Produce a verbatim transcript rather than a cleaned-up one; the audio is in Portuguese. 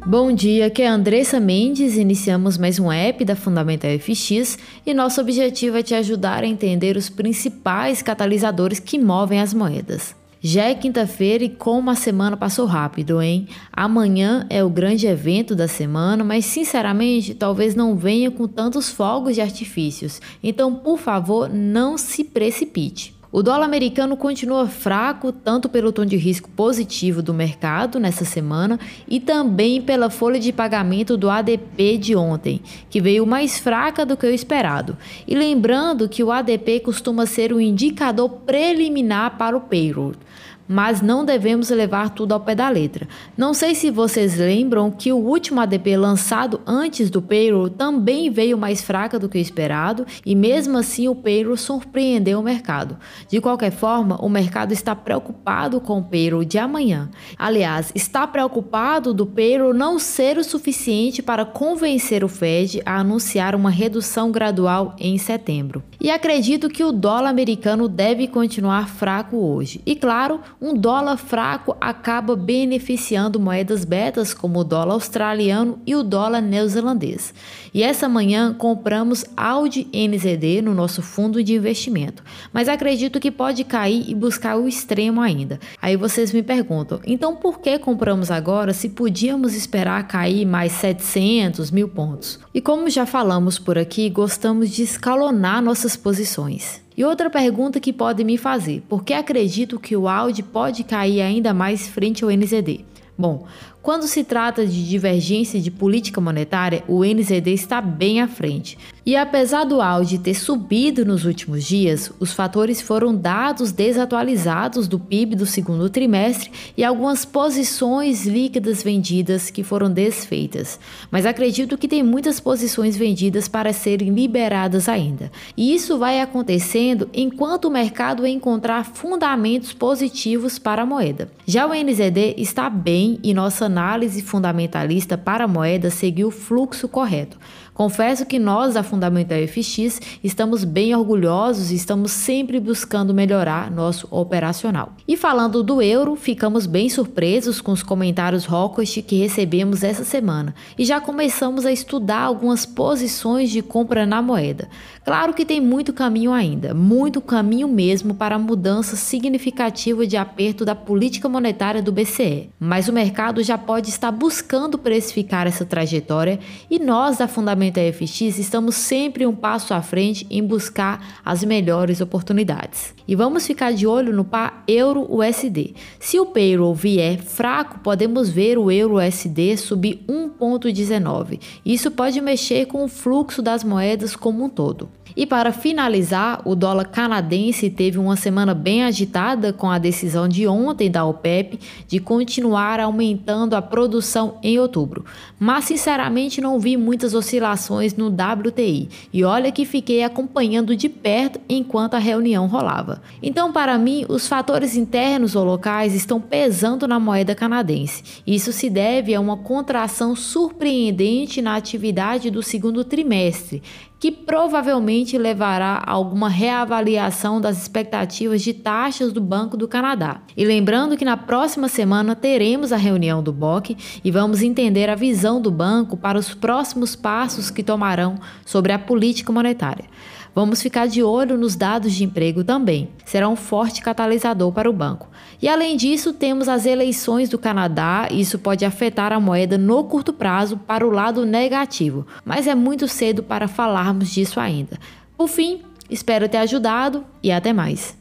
Bom dia, aqui é a Andressa Mendes, iniciamos mais um app da Fundamental F X e nosso objetivo é te ajudar a entender os principais catalisadores que movem as moedas. Já é quinta-feira e como a semana passou rápido, hein? Amanhã é o grande evento da semana, mas sinceramente talvez não venha com tantos fogos de artifícios, então por favor não se precipite. O dólar americano continua fraco tanto pelo tom de risco positivo do mercado nessa semana e também pela folha de pagamento do A D P de ontem, que veio mais fraca do que o esperado. E lembrando que o A D P costuma ser um indicador preliminar para o payroll, mas não devemos levar tudo ao pé da letra. Não sei se vocês lembram que o último A D P lançado antes do payroll também veio mais fraca do que o esperado e mesmo assim o payroll surpreendeu o mercado. De qualquer forma, o mercado está preocupado com o payroll de amanhã. Aliás, está preocupado do payroll não ser o suficiente para convencer o Fed a anunciar uma redução gradual em setembro. E acredito que o dólar americano deve continuar fraco hoje. E claro, um dólar fraco acaba beneficiando moedas betas como o dólar australiano e o dólar neozelandês. E essa manhã compramos Audi N Z D no nosso fundo de investimento, mas acredito que pode cair e buscar o extremo ainda. Aí vocês me perguntam, então por que compramos agora se podíamos esperar cair mais setecentos mil pontos? E como já falamos por aqui, gostamos de escalonar nossas posições. E outra pergunta que pode me fazer, por que acredito que o Audi pode cair ainda mais frente ao N Z D? Bom, quando se trata de divergência de política monetária, o N Z D está bem à frente. E apesar do Audi ter subido nos últimos dias, os fatores foram dados desatualizados do P I B do segundo trimestre e algumas posições líquidas vendidas que foram desfeitas. Mas acredito que tem muitas posições vendidas para serem liberadas ainda. E isso vai acontecendo enquanto o mercado encontrar fundamentos positivos para a moeda. Já o N Z D está bem e nossa análise fundamentalista para a moeda seguiu o fluxo correto. Confesso que nós da Fundamental F X estamos bem orgulhosos e estamos sempre buscando melhorar nosso operacional. E falando do euro, ficamos bem surpresos com os comentários hawkish que recebemos essa semana e já começamos a estudar algumas posições de compra na moeda. Claro que tem muito caminho ainda, muito caminho mesmo para a mudança significativa de aperto da política monetária do B C E, mas o mercado já pode estar buscando precificar essa trajetória e nós da Fundamental F X estamos sempre um passo à frente em buscar as melhores oportunidades. E vamos ficar de olho no par euro-U S D. Se o payroll vier fraco, podemos ver o euro-U S D subir um vírgula dezenove. Isso pode mexer com o fluxo das moedas como um todo. E para finalizar, o dólar canadense teve uma semana bem agitada com a decisão de ontem da OPEP de continuar aumentando a produção em outubro. Mas sinceramente não vi muitas oscilações no W T I e olha que fiquei acompanhando de perto enquanto a reunião rolava. Então para mim os fatores internos ou locais estão pesando na moeda canadense. Isso se deve a uma contração surpreendente na atividade do segundo trimestre, que provavelmente levará a alguma reavaliação das expectativas de taxas do Banco do Canadá. E lembrando que na próxima semana teremos a reunião do B O C e vamos entender a visão do banco para os próximos passos que tomarão sobre a política monetária. Vamos ficar de olho nos dados de emprego também, será um forte catalisador para o banco. E além disso, temos as eleições do Canadá e isso pode afetar a moeda no curto prazo para o lado negativo, mas é muito cedo para falarmos disso ainda. Por fim, espero ter ajudado e até mais.